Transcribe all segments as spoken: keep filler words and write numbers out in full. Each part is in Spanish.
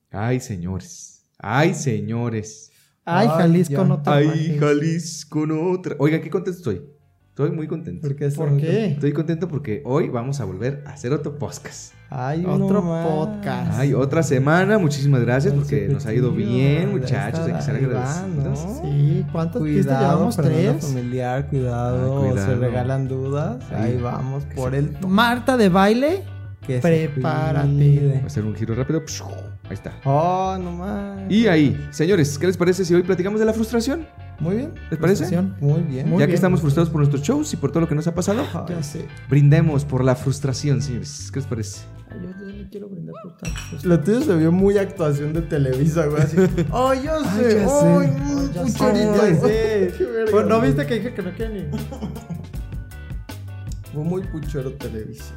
Ay, señores. Ay, señores. Ay, Jalisco no te Ay, bajes. Jalisco no otra. Oigan, qué contento estoy. Estoy muy contento. ¿Por qué? ¿Por qué? Estoy contento porque hoy vamos a volver a hacer otro podcast. Ay, Otro no más. podcast. Ay, otra semana. Muchísimas gracias Ay, porque qué nos ha ido tío, bien, ya muchachos. Hay que ser está, ahí va, agradecidos. ¿no? Sí, ¿cuántos pistas Cuidado, llevamos? Fernanda ¿Tres? familiar, cuidado, Ah, cuidado. se regalan dudas. Ahí. Ahí vamos por el to- Marta de baile. que se Prepárate. cuide. Va a hacer un giro rápido. Ahí está. Oh, no más. Y ahí, señores, ¿qué les parece si hoy platicamos de la frustración? Muy bien. ¿Les parece? Frustración. Muy bien. Muy ya bien. que estamos frustrados por nuestros shows y por todo lo que nos ha pasado, Ya sé. brindemos por la frustración, señores. ¿Qué les parece? Ay, yo, yo no quiero brindar por tanto. Lo tuyo se vio muy actuación de Televisa, güey. Así. ¡Oh, yo Ay, sé! ya ¡Oh, sé. mm, Ya cucharita! sé. Sí. Qué verga, Pues, ¿no güey. viste que dije que no quiero ni? Fue muy puchero Televisa.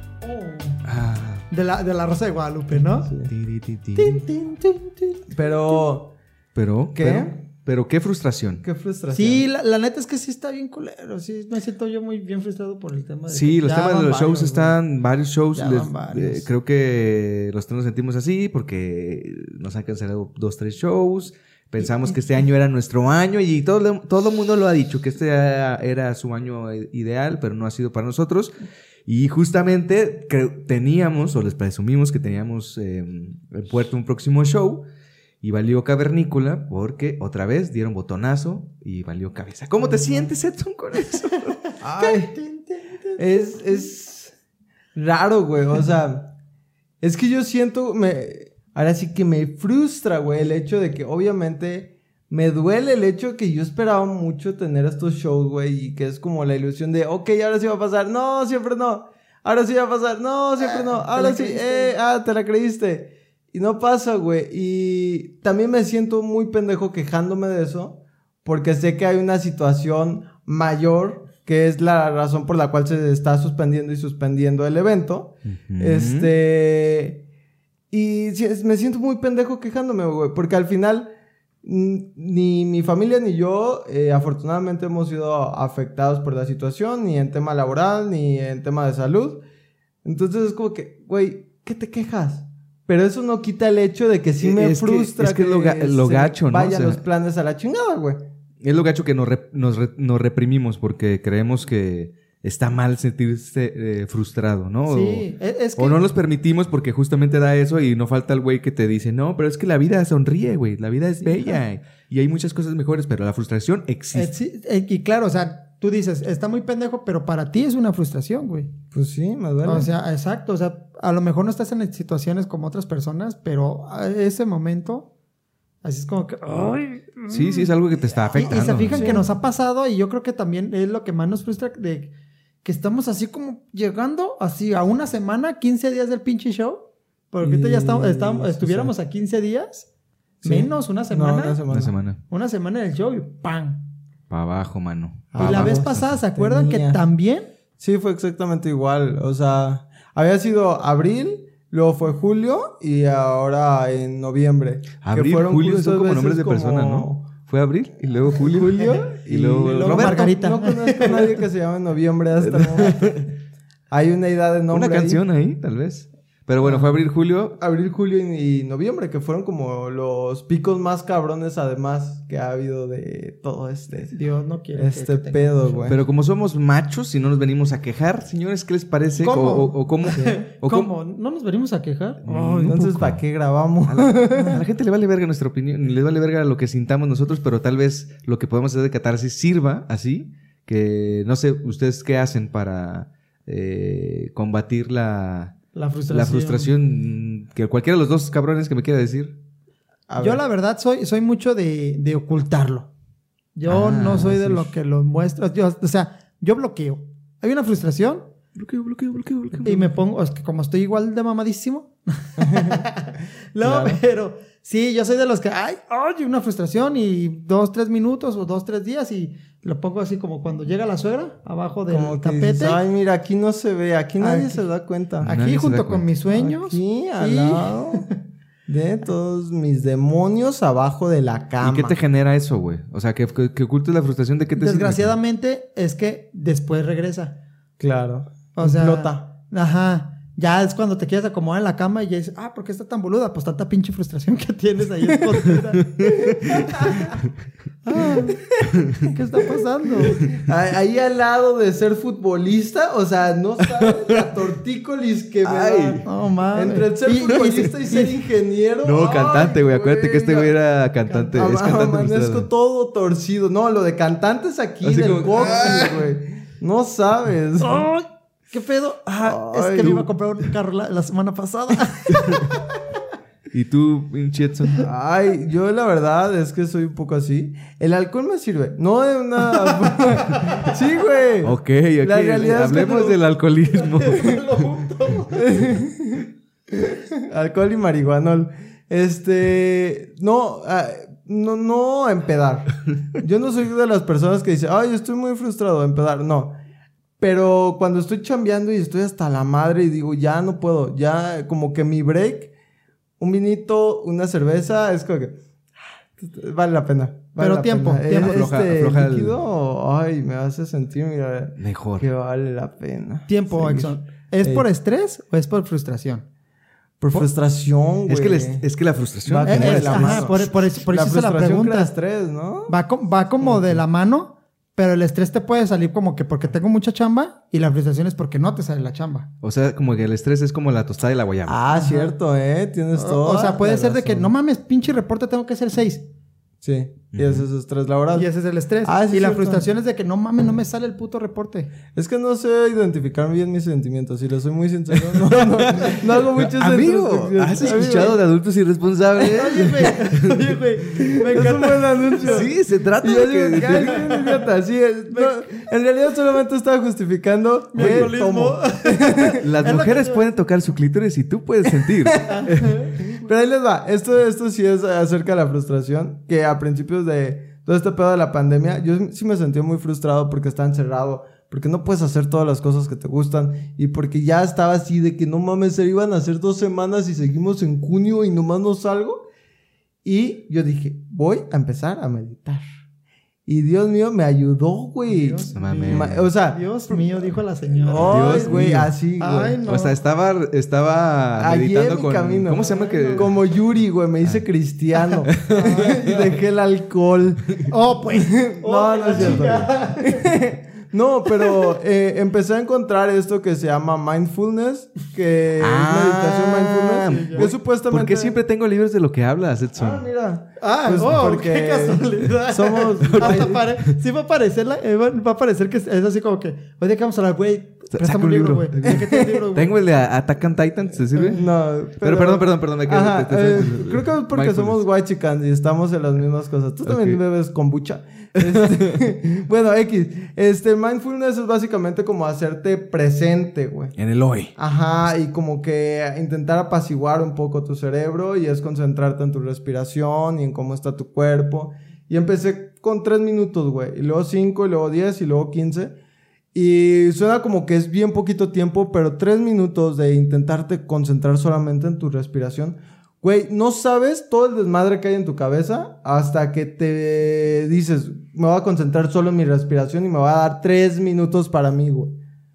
Ah. De la, de la Rosa de Guadalupe, ¿no? Tiri, ti, ti. Tin, tin, tin, tin. Pero, Pero, ¿Qué? Pero, pero qué frustración. qué frustración. Sí, la, la neta es que sí está bien culero. Sí, me siento yo muy bien frustrado por el tema de Sí, que los ya temas de van los shows varios, güey. están, varios shows. Ya les- van varios. eh, creo que los tres nos sentimos así porque nos han cancelado dos, tres shows. Pensamos que este año era nuestro año y todo, todo el mundo lo ha dicho, que este era, era su año ideal, pero no ha sido para nosotros. Y justamente cre- teníamos, o les presumimos que teníamos eh, en puerto un próximo show y valió cavernícola porque otra vez dieron botonazo y valió cabeza. ¿Cómo te sientes, Edson, con eso? Ay, es, es raro, güey. O sea, es que yo siento, me, ahora sí que me frustra, güey, el hecho de que obviamente me duele el hecho de que yo esperaba mucho tener estos shows, güey, y que es como la ilusión de, ok, ahora sí va a pasar. No, siempre no. Ahora sí va a pasar. No, siempre no. Ah, te Ahora la sí, creíste. eh, ah, te la creíste. Y no pasa, güey. Y también me siento muy pendejo quejándome de eso, porque sé que hay una situación mayor que es la razón por la cual se está suspendiendo y suspendiendo el evento. Ujú. Este... Y sí, es- me siento muy pendejo quejándome, güey, porque al final mm, ni mi familia ni yo eh, afortunadamente hemos sido afectados por la situación, ni en tema laboral, ni en tema de salud. Entonces es como que, güey, ¿qué te quejas? Pero eso no quita el hecho de que sí me Es que- frustra es que es lo ga- lo se gacho, ¿no? vayan O sea, los planes a la chingada, güey. Es lo gacho que nos, re- nos, re- nos reprimimos porque creemos que está mal sentirse eh, frustrado, ¿no? O- Sí, es, es que... O no los permitimos porque justamente da eso y no falta el güey que te dice, no, pero es que la vida sonríe, güey, la vida es bella y hay muchas cosas mejores, pero la frustración eh, existe. sí, eh, y claro, o sea, tú dices, está muy pendejo, pero para ti es una frustración, güey. Pues sí, me duele. O sea, exacto, o sea, a lo mejor no estás en situaciones como otras personas, pero a ese momento, así es como que, ay, Sí, sí, es algo que te está Y, afectando. y se fijan Sí. que nos ha pasado y yo creo que también es lo que más nos frustra de que estamos así como llegando así a una semana, quince días del pinche show. Porque ahorita ya estamos, estamos- Y- estuviéramos a quince días, Sí. menos una semana, No, una una, semana. Una semana. semana del show y ¡pam! Para abajo, mano. Y Pa' la abajo. vez pasada, ¿se acuerdan tenía. que también? Sí, fue exactamente igual. O sea, había sido abril, luego fue julio y ahora en noviembre. Que Abril, fueron julio justo son como veces nombres de como- persona, ¿no? Fue abril y luego julio. Julio y luego, luego Roberto. Margarita. No conozco a nadie que se llame noviembre hasta el momento. Hay una edad de nombre Una ahí. canción ahí, tal vez. Pero bueno, fue abril, julio. Abril, julio y, y noviembre, que fueron como los picos más cabrones además que ha habido de todo este, Dios no quiere. que- este que tengamos pedo, show. güey. Pero como somos machos y no nos venimos a quejar, señores, ¿qué les parece? ¿Cómo? O, o- o cómo, o cómo- ¿Cómo? ¿No nos venimos a quejar? Mm, Ay, un Entonces, poco. ¿para qué grabamos? A la, a la gente le vale verga nuestra opinión, ni le vale verga lo que sintamos nosotros, pero tal vez lo que podemos hacer de catarsis sirva así, que no sé, ¿ustedes qué hacen para eh, combatir la, La frustración. la frustración? Que cualquiera de los dos cabrones que me quiera decir. A Yo ver. la verdad soy, soy mucho de, de ocultarlo. Yo Ah, no soy de sí. lo que lo muestro. Yo, o sea, yo bloqueo. Hay una frustración Bloqueo, bloqueo, bloqueo, bloqueo. y me pongo, es que como estoy igual de mamadísimo. No, Claro. pero sí, yo soy de los que, ay, ay, una frustración y dos, tres minutos o dos, tres días y lo pongo así como cuando llega la suegra abajo del Como que tapete. dices, ay, mira, aquí no se ve, aquí nadie Aquí- se da cuenta. Nadie Aquí se junto da con cuenta. mis sueños. Aquí, al y- lado de todos mis demonios abajo de la cama. ¿Y qué te genera eso, güey? O sea, que, que, que ocultes la frustración de qué te sirve? Desgraciadamente es que después regresa. Claro. O sea, Explota. Ajá. Ya es cuando te quieres acomodar en la cama y ya dices, ah, ¿por qué está tan boluda? Pues tanta pinche frustración que tienes ahí escondida. ah, ¿qué está pasando? Ahí al lado de ser futbolista, o sea, no sabes la tortícolis que me da. No, mames. Entre el ser Y- futbolista y, y ser ingeniero. No, ay, cantante, güey. Acuérdate que este güey era cantante. Am- Es cantante Amanezco frustrado. todo torcido. No, lo de cantantes aquí Así del como- boxing, güey. No sabes. ¡Ay! ¿Qué pedo? Ah, Ay, es que tú. me iba a comprar un carro la, la semana pasada. ¿Y tú, pinche Edson? Ay, yo la verdad es que soy un poco así. El alcohol me sirve. No de una... sí, güey. Ok, ok. La realidad es que Hablemos no- del alcoholismo. Alcohol y marihuanol. Este... No... ah, no, no empedar. Yo no soy de las personas que dicen, ay, estoy muy frustrado de empedar. No. Pero cuando estoy chambeando y estoy hasta la madre y digo, ya no puedo. Ya como que mi break, un vinito, una cerveza, es como que... Vale la pena. Vale Pero la tiempo, pena. tiempo. Este Afloja- afloja el- líquido, ay, me hace sentir, mira, Mejor. que vale la pena. Tiempo, seguir. Exxon. ¿Es Ey. por estrés o es por frustración? Por frustración, güey. Es que, les- es que la frustración Va Eh, genera eh, de la ajá, mano. por, por eso, por la eso hice la frustración pregunta. crea estrés, ¿no? Va, co- va como de la mano, pero el estrés te puede salir como que porque tengo mucha chamba y la frustración es porque no te sale la chamba. O sea, como que el estrés es como la tostada y la guayaba. Ah, cierto, ¿eh? Tienes todo. O sea, puede ser de que no mames, pinche reporte, tengo que hacer seis. Sí, y ese es estrés laboral. Y ese es el estrés. Ah, sí, y la cierto. frustración es de que no mames, no me sale el puto reporte. Es que no sé identificar bien mis sentimientos, si les soy muy sincero. No, no, no hago muchas Amigo, introspección. ¿has Amigo, escuchado de adultos irresponsables? Oye, güey, oye, güey, me Es un encanta. buen anuncio. Sí, se trata Y de yo digo, que... "Ay, soy un idiota". Sí, es- no, en realidad solamente estaba justificando Mi que alcoholismo. tomo. Las Es lo mujeres que- pueden tocar su clítoris y tú puedes sentir. Pero ahí les va. Esto, esto sí es acerca de la frustración. Que a principios de todo este pedo de la pandemia, yo sí me sentí muy frustrado porque estaba encerrado. Porque no puedes hacer todas las cosas que te gustan. Y porque ya estaba así de que no mames, se iban a hacer dos semanas y seguimos en junio y nomás no salgo. Y yo dije, voy a empezar a meditar. Y Dios mío, me ayudó, güey. Dios No mames. mío. Ma- O sea, Dios mío, dijo la señora. ay, Dios güey, mío. así, güey. Ay, no. O sea, estaba, estaba Allí meditando en mi con... camino. ¿Cómo se llama? Que... Como Yuri, güey, me hice cristiano. Y dejé el alcohol. Oh, pues. No, no es cierto. No, pero eh, empecé a encontrar esto que se llama mindfulness, que Ah, es meditación mindfulness. Que supuestamente... ¿Por qué siempre tengo libros de lo que hablas, Edson? Ah, mira. Ah, Pues oh, porque qué casualidad. somos- Hasta pare- sí va a parecer la- eh, va va a parecer que es es así como que, oye, ¿de qué vamos a hablar, güey? Saca Préstame un un libro, libro. güey. ¿De qué tienes libro, güey? Tengo el de Attack on Titan, ¿te sirve? No, Pero, perdón, perdón, perdón, me quedé... Ajá, te- te- eh, creo que es porque mindfulness. somos white chicans y estamos en las mismas cosas. Tú también Ok. bebes kombucha. Este, bueno, X. Este, mindfulness es básicamente como hacerte presente, güey. En el hoy. Ajá, y como que intentar apaciguar un poco tu cerebro y es concentrarte en tu respiración y en cómo está tu cuerpo. Y empecé con tres minutos, güey. Y luego cinco, y luego diez, y luego quince. Y suena como que es bien poquito tiempo, pero tres minutos de intentarte concentrar solamente en tu respiración. Güey, no sabes todo el desmadre que hay en tu cabeza hasta que te dices, me voy a concentrar solo en mi respiración y me voy a dar tres minutos para mí, güey.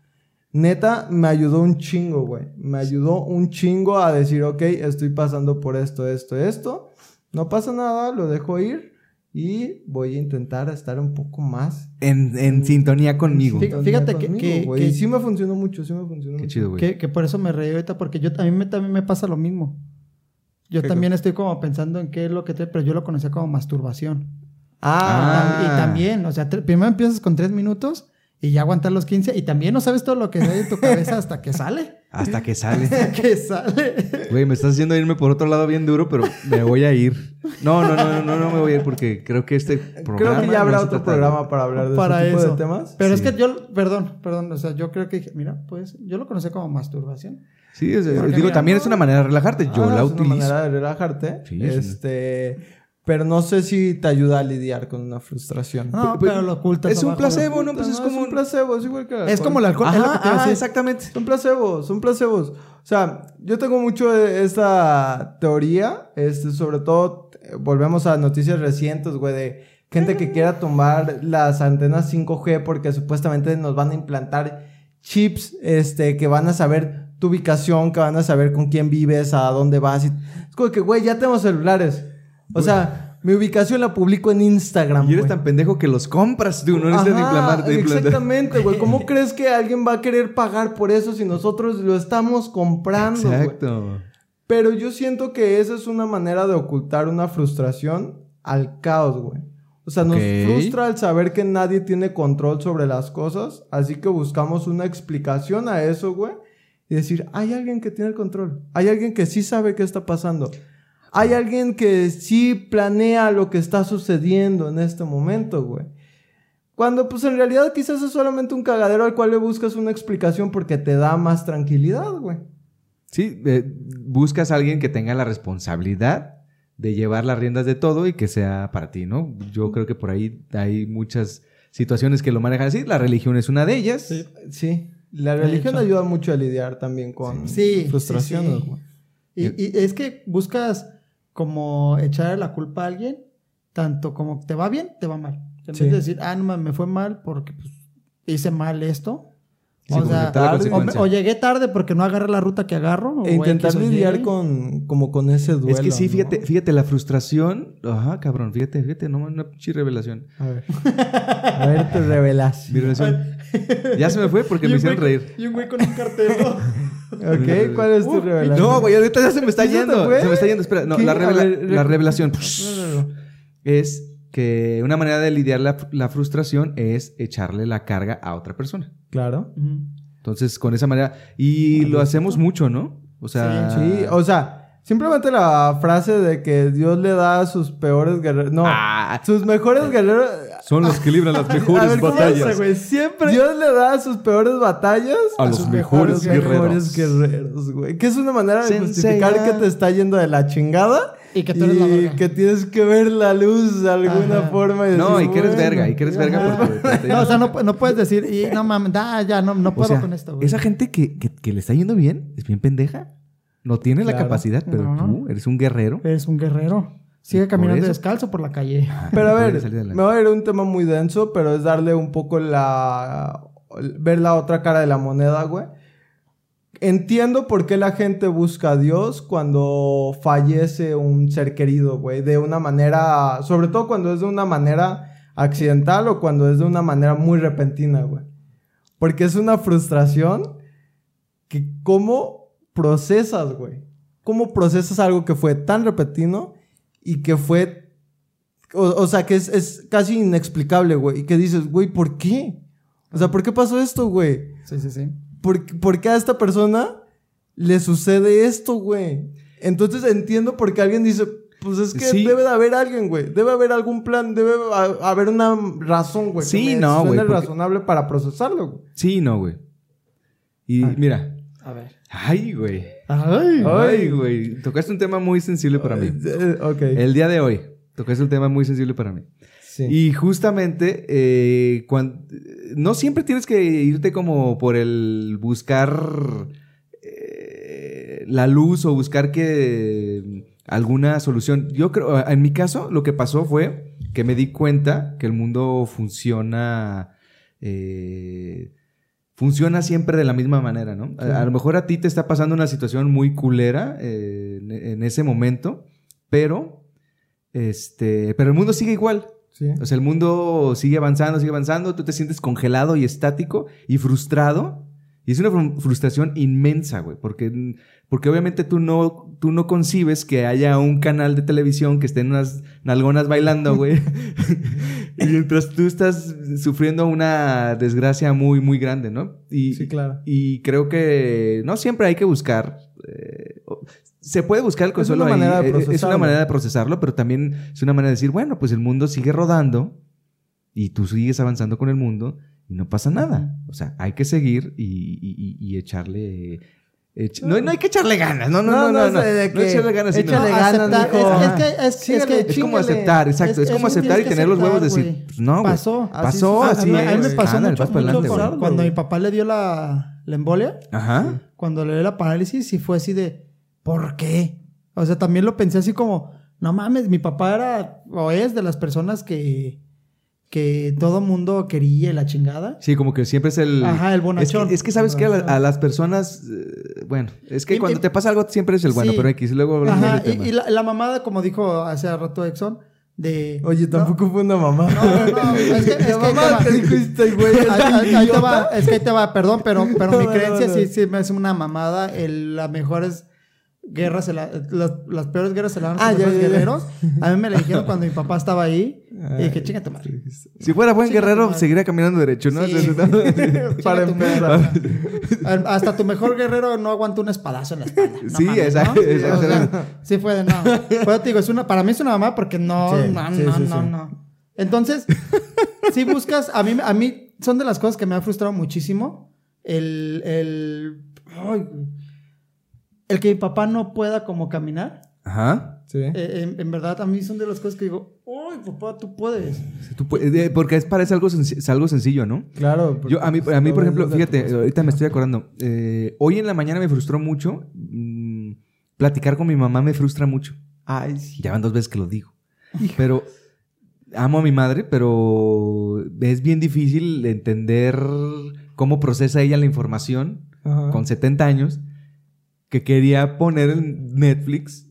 Neta, me ayudó un chingo, güey. Me ayudó un chingo a decir, ok, estoy pasando por esto, esto, esto. No pasa nada, lo dejo ir y voy a intentar estar un poco más En, en sintonía conmigo. Sí. Fíjate que- conmigo, que- güey. que- Y sí me funcionó mucho, sí me funcionó Qué mucho. chido, güey. Que, que por eso me reí ahorita, porque yo, a mí me, también me pasa lo mismo. Yo ¿Qué también estoy como pensando en qué es lo que te... Pero yo lo conocía como masturbación. Ah, Y también, o sea, tre- primero empiezas con tres minutos y ya aguantar los quince y también no sabes todo lo que hay en tu cabeza hasta que sale. Hasta que sale. Hasta que sale. Güey, me estás haciendo irme por otro lado bien duro, pero me voy a ir. No, no, no, no, no, no me voy a ir porque creo que este programa... creo que ya habrá no se otro trata de- programa para hablar de Para ese tipo eso. de temas. Pero Sí. es que yo, perdón, perdón, o sea, yo creo que dije, mira, pues, yo lo conocí como masturbación. Sí, o sea, Porque digo, mira, también no. es una manera de relajarte. Yo Ah, la es una utilizo. manera de relajarte. Sí, este... Pero no sé si te ayuda a lidiar con una frustración. No, Pues, pero lo ocultas. es un abajo. placebo, ¿no? Pues es No, como un un- placebo, es igual que el Es como el alcohol, es lo que te iba a Ajá, decir. exactamente. Son placebos, son placebos. O sea, yo tengo mucho de esta teoría, este, sobre todo, eh, volvemos a noticias recientes, güey, de gente que quiera tomar las antenas cinco G porque supuestamente nos van a implantar chips, este, que van a saber tu ubicación, que van a saber con quién vives, a dónde vas. Y... Es como que, güey, ya tenemos celulares. O sea, mi ubicación la publico en Instagram, Y eres güey. tan pendejo que los compras tú, no necesitas ni implantar. ni implantar. Exactamente, güey. ¿Cómo crees que alguien va a querer pagar por eso si nosotros lo estamos comprando, güey? Exacto. Pero yo siento que esa es una manera de ocultar una frustración al caos, güey. O sea, nos Ok. frustra el saber que nadie tiene control sobre las cosas. Así que buscamos una explicación a eso, güey. Y decir, hay alguien que tiene el control. Hay alguien que sí sabe qué está pasando. Hay alguien que sí planea lo que está sucediendo en este momento, güey. Cuando, pues, en realidad quizás es solamente un cagadero al cual le buscas una explicación porque te da más tranquilidad, güey. Sí, eh, buscas a alguien que tenga la responsabilidad de llevar las riendas de todo y que sea para ti, ¿no? Yo creo que por ahí hay muchas situaciones que lo manejan así. La religión es una de ellas. Sí. Sí. La De religión hecho. ayuda mucho a lidiar también con Sí, frustraciones, sí, sí. güey. Y, y es que buscas como echarle la culpa a alguien, tanto como te va bien, te va mal. En Sí. vez de decir, ah, no, me fue mal porque pues, hice mal esto. Sí, o como sea, aceptar la o, consecuencia. o llegué tarde porque no agarré la ruta que agarro. E o intentar X o Y. lidiar con, como con ese duelo. Es que sí, ¿no? fíjate, fíjate, la frustración... Ajá, cabrón, fíjate, fíjate, no, una pinche revelación. A ver. A ver, te revelas. Mi revelación. Ya se me fue porque Y me un hicieron güey reír. con- Y un güey con un cartel. ¿no? Ok, ¿cuál es tu Uh, revelación? No, güey, ahorita ya se me está ¿Sí se te yendo. fue? Se me está yendo, espera. No, ¿Qué? la, A revela- ver, la rec- revelación No, no, no. es que una manera de lidiar la, la frustración es echarle la carga a otra persona. Claro. Ujú. Entonces, con esa manera... Y lo hacemos mucho, ¿no? O sea... Sí, o sea, simplemente la frase de que Dios le da a sus peores guerreros. No, Ah, sus mejores guerreros. son los que libran las A mejores ver, ¿cómo batallas. es, güey? Siempre. Dios le da a sus peores batallas A los sus mejores mejores guerreros. guerreros, güey. Que es una manera de Sensei, justificar ah. que te está yendo de la chingada. Y que tú eres la y verga. que tienes que ver la luz de alguna Ajá. forma. Y No, decir, y que eres bueno. verga, y que eres verga Ajá. porque... No, o sea, no, no puedes decir, y no mames, da, ya, no, no O puedo sea, con esto, güey. esa gente que, que, que le está yendo bien es bien pendeja. No tiene la Claro. capacidad, pero No. tú eres un guerrero. Eres un guerrero. Sigue Por caminando eso. descalzo por la calle. Pero a Puede ver, salir adelante. me voy a ir a un tema muy denso, pero es darle un poco la... ver la otra cara de la moneda, güey. Entiendo por qué la gente busca a Dios cuando fallece un ser querido, güey. De una manera... Sobre todo cuando es de una manera accidental o cuando es de una manera muy repentina, güey. Porque es una frustración que... ¿Cómo procesas, güey? ¿Cómo procesas algo que fue tan repentino y que fue... O, o sea, que es, es casi inexplicable, güey. Y que dices, güey, ¿por qué? O sea, ¿por qué pasó esto, güey? Sí, sí, sí. ¿Por, ¿Por qué a esta persona le sucede esto, güey? Entonces entiendo por qué alguien dice, pues es que Sí. debe de haber alguien, güey. Debe haber algún plan, debe ha- haber una razón, güey. Sí, que me no, suene güey, porque- razonable para procesarlo, güey. Sí, no, güey. Y Ay. mira. A ver. Ay, güey. Ay. Ay, güey. Tocaste un tema muy sensible para mí. Eh, ok. El día de hoy. Tocaste un tema muy sensible para mí. Sí. Y justamente, eh, cuan- no siempre tienes que irte como por el buscar eh, la luz o buscar que alguna solución. Yo creo, en mi caso, lo que pasó fue que me di cuenta que el mundo funciona, eh, funciona siempre de la misma manera, ¿no? Sí. A, a lo mejor a ti te está pasando una situación muy culera eh, en, en ese momento, pero, este, pero el mundo sigue igual. Sí. O sea, el mundo sigue avanzando, sigue avanzando, tú te sientes congelado y estático y frustrado. Y es una fru- frustración inmensa, güey, porque, porque obviamente tú no, tú no concibes que haya un canal de televisión que estén unas nalgonas bailando, güey. Y mientras tú estás sufriendo una desgracia muy, muy grande, ¿no? Y, Sí, claro. y creo que no siempre hay que buscar... eh, se puede buscar el consuelo una ahí, manera de eh, es una procesarlo. manera de procesarlo, pero también es una manera de decir, bueno, pues el mundo sigue rodando y tú sigues avanzando con el mundo y no pasa nada. O sea, hay que seguir y, y- y- y echarle... ech- no, no hay que echarle ganas, no, no, no, no, no, sé de no qué. echarle ganas, sino- Échale No, ganas, aceptar, mijo. es- es que- es- Síguele, es que- Es como chíngale. aceptar, exacto. Es, Es- como es- aceptar y tienes que tener los huevos de aceptar, decir, güey. pues no, güey. Pasó. Así Pasó, es, A así mí, a mí me es. pasó Ándale, mucho, vas para mucho adelante, con- güey. cuando mi papá le dio la, la embolia. Ajá. Cuando le dio la parálisis, y fue así de, ¿por qué? O sea, también lo pensé así como, no mames, mi papá era o es de las personas que, que todo mundo quería y la chingada. Sí, como que siempre es el... Ajá, el bonachón. Es que, es que sabes que a, la, a las personas... Eh, bueno, es que y, cuando y, te pasa algo siempre es el bueno, sí. Pero X, luego... Ajá, y, y la, la mamada, como dijo hace rato Exxon, de... Oye, tampoco no, fue una mamá. No, no, no. Es que, es que mamá te dijo este güey. Ahí, ahí te va, es que ahí te va, perdón, pero, pero no, mi creencia no, no. sí, sí me hace una mamada. El, las mejores guerras, se la, las, las peores guerras se la dan a los ah, mejores ya, ya, guerreros. Ya. A mí me la dijeron cuando mi papá estaba ahí. Y dije, chinga tu madre. Si fuera buen Chinga guerrero, seguiría caminando derecho, ¿no? Sí. Para empezar. Hasta tu mejor guerrero no aguanta un espadazo en la espalda. No sí, mames, exacto. ¿no? exacto. O sea, sí fue de no. Pero te digo, es una, para mí es una mamá porque no, sí, no, sí, no, sí, no, sí. no. Entonces, si buscas, a mí, a mí son de las cosas que me ha frustrado muchísimo. El, el, ay, el que mi papá no pueda como caminar. Ajá. Sí. Eh, en, en verdad, a mí son de las cosas que digo, ¡ay, papá, tú puedes! Sí, tú puedes porque es, parece algo, senc- algo sencillo, ¿no? Claro. Yo, a mí, a mí por ejemplo, fíjate, ahorita me estoy acordando. Eh, hoy en la mañana me frustró mucho. Mmm, platicar con mi mamá me frustra mucho. Ay, sí. Ya van dos veces que lo digo. Pero amo a mi madre, pero es bien difícil entender cómo procesa ella la información. Ajá. Con setenta años, que quería poner en Netflix...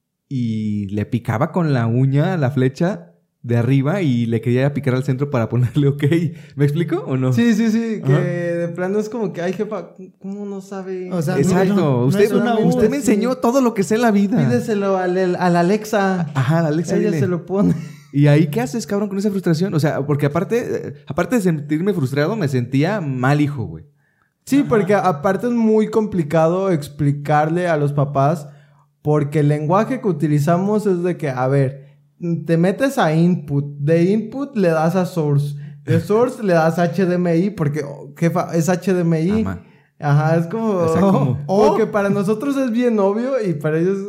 Y le picaba con la uña la flecha de arriba y le quería picar al centro para ponerle ok. ¿Me explico o no? Sí, sí, sí. Ajá. Que de plano es como que, ay, jefa, ¿cómo no sabe? O sea, exacto. No, usted no usted, usted me enseñó sí. todo lo que sé en la vida. Pídeselo al, al Alexa. Ajá, al Alexa. Ella dile. se lo pone. ¿Y ahí qué haces, cabrón, con esa frustración? O sea, porque aparte, aparte de sentirme frustrado, me sentía mal hijo, güey. Sí, ajá. Porque aparte es muy complicado explicarle a los papás... Porque el lenguaje que utilizamos es de que, a ver, te metes a input. De input le das a source. De source le das H D M I porque, oh, jefa, es H D M I. Ajá, Ajá es como... O sea, como oh, que para nosotros es bien obvio y para ellos...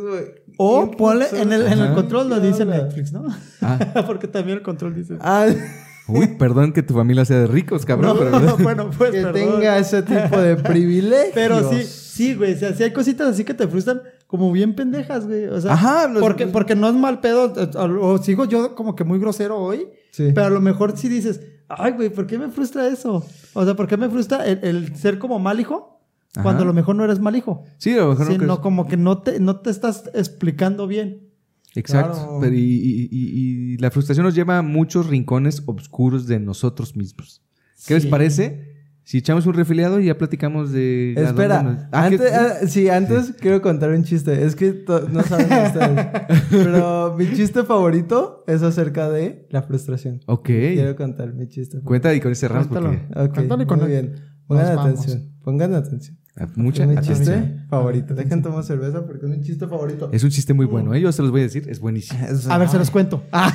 O oh, ponle en el, en el control lo dice Netflix, ¿no? Ah. Porque también el control dice... Ah. Uy, perdón que tu familia sea de ricos, cabrón. No, pero... no, bueno, pues que perdón. tenga ese tipo de privilegios. Pero sí, sí, güey. O sea, sí hay cositas así que te frustran como bien pendejas, güey. O sea, ajá, los, porque, los... porque no es mal pedo. O, o sigo yo como que muy grosero hoy. Sí. Pero a lo mejor sí dices, ay, güey, ¿por qué me frustra eso? O sea, ¿por qué me frustra el, el ser como mal hijo? Ajá. Cuando a lo mejor no eres mal hijo. Sí, a lo mejor sí, no. no Es... como que no te, no te estás explicando bien. Exacto. Claro. Pero y, y, y, y la frustración nos lleva a muchos rincones oscuros de nosotros mismos. ¿Qué sí. les parece? Si echamos un refiliado y ya platicamos de... Espera, nos... ah, antes, ¿qué? Ah, sí, antes sí. quiero contar un chiste. Es que to- no saben ustedes. Pero mi chiste favorito es acerca de la frustración. Ok. Quiero contar mi chiste favorito. Cuenta y con ese ramo porque... Okay, muy con bien. Pongan atención. Pongan atención. Mucha mi atención. chiste favorito. Dejen tomar cerveza porque es mi chiste favorito. Es un chiste muy bueno, ¿eh? Yo se los voy a decir. Es buenísimo. Es, a ver, se los cuento. Ah.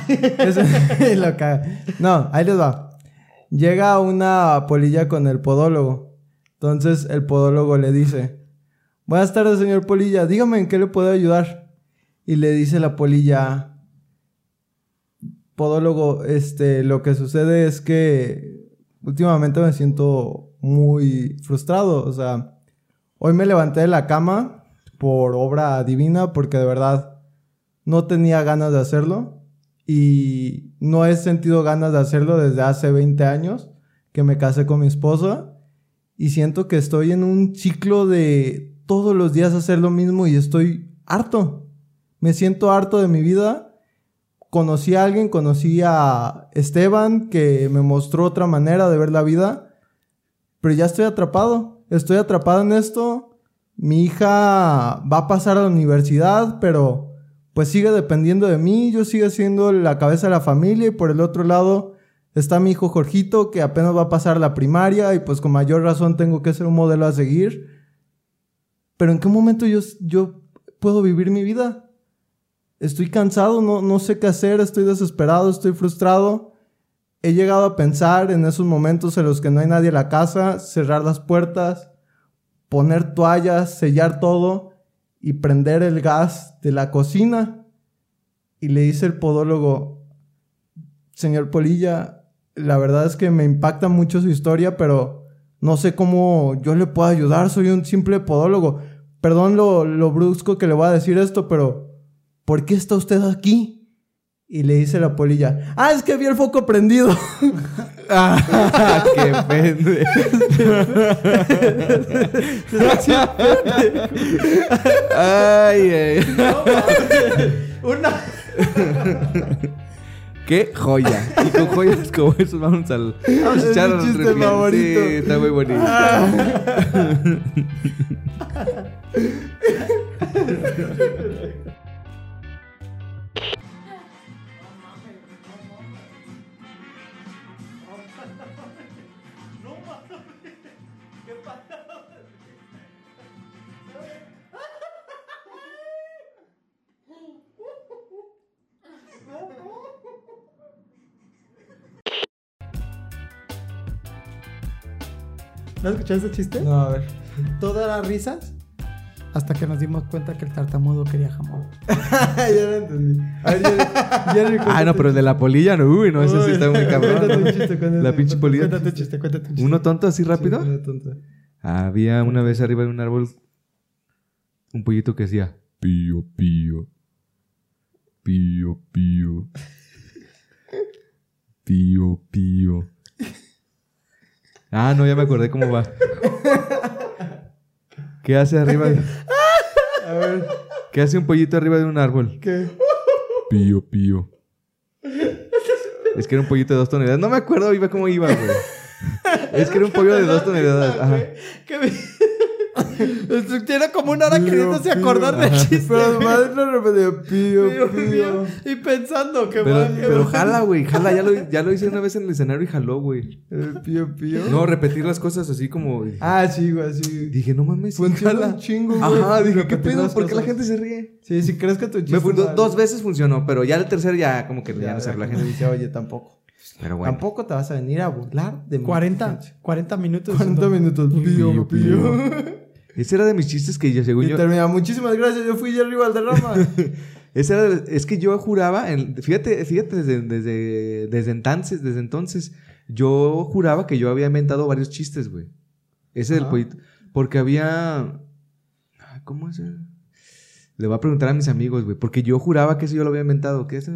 Es, lo caga. No, ahí les va. Llega una polilla con el podólogo. Entonces el podólogo le dice: buenas tardes, señor polilla. Dígame en qué le puedo ayudar. Y le dice la polilla: podólogo, este, lo que sucede es que últimamente me siento muy frustrado. O sea, hoy me levanté de la cama por obra divina porque de verdad no tenía ganas de hacerlo. Y no he sentido ganas de hacerlo desde hace veinte años que me casé con mi esposa. Y siento que estoy en un ciclo de todos los días hacer lo mismo y estoy harto. Me siento harto de mi vida. Conocí a alguien, conocí a Esteban que me mostró otra manera de ver la vida. Pero ya estoy atrapado. Estoy atrapado en esto. Mi hija va a pasar a la universidad, pero... pues sigue dependiendo de mí, yo sigo siendo la cabeza de la familia y por el otro lado está mi hijo Jorgito que apenas va a pasar la primaria y pues con mayor razón tengo que ser un modelo a seguir. Pero ¿en qué momento yo, yo puedo vivir mi vida? Estoy cansado, no, no sé qué hacer, estoy desesperado, estoy frustrado. He llegado a pensar en esos momentos en los que no hay nadie en la casa, cerrar las puertas, poner toallas, sellar todo... y prender el gas de la cocina. Y le dice el podólogo: señor Polilla, la verdad es que me impacta mucho su historia, pero no sé cómo yo le puedo ayudar, soy un simple podólogo. Perdón lo, lo brusco que le voy a decir esto, pero ¿por qué está usted aquí? Y le dice la polilla, ah, es que vi el foco prendido. Ah, qué pendejo. Ay, ay. Una... ¡Qué joya! Y con joyas como esos vamos al... Vamos a echar Es mi al chiste refri. favorito. Sí, está muy bonito. ¿No escuchaste ese chiste? No, a ver. Todo era risas hasta que nos dimos cuenta que el tartamudo quería jamón. Ya lo entendí. A ver, Jerry, Jerry, Ah, no, pero el de la polilla, no. Uy, no, ese sí está muy Cuéntate un cabrón. chiste, cuéntate. La pinche polilla. Cuéntate un chiste, cuéntate un chiste. ¿Uno tonto así rápido? Sí, una tonta. Había una vez arriba de un árbol un pollito que decía pío, pío, pío, pío, pío, pío. Ah, no, ya me acordé cómo va. ¿Qué hace arriba de... A ver, ¿Qué hace un pollito arriba de un árbol? ¿qué? Pío, pío. Es que era un pollito de dos toneladas. No me acuerdo iba cómo iba, güey. Es que era un pollo de dos toneladas. Ajá. Que me... Tiene como una hora queriéndose acordar del chiste. Pero además lo repetió, pío, Pío, pío. pío. Y pensando que Pero, va, que pero va. jala, güey. Jala. Ya lo, ya lo hice una vez en el escenario y jaló, güey. El pío, pío. No, repetir las cosas así como... Ah, sí, güey, sí. Dije, no mames, sí Funciona jala. un chingo, güey. Ajá, dije, ¿qué Repetir pedo? las ¿Por qué la cosas. gente se ríe? Sí, si crees que tu chiste... Me fue, do- mal- dos veces funcionó, pero ya el tercero ya como que ya, no sabe la gente. Dice, oye, tampoco. Pero bueno. Tampoco te vas a venir a burlar de mi cuarenta, inteligencia. cuarenta minutos. cuarenta minutos. Pío, Pío, pío. Ese era de mis chistes que yo, según Y yo... termina, muchísimas gracias, yo fui Jerry Valderrama. Ese era de- es que yo juraba, en- fíjate, fíjate, desde, desde, desde entonces, desde entonces, yo juraba que yo había inventado varios chistes, güey. Ese del Ajá. pollito. Porque había... ah, ¿Cómo es? el? Le voy a preguntar a mis amigos, güey. Porque yo juraba que eso yo lo había inventado. ¿Qué es?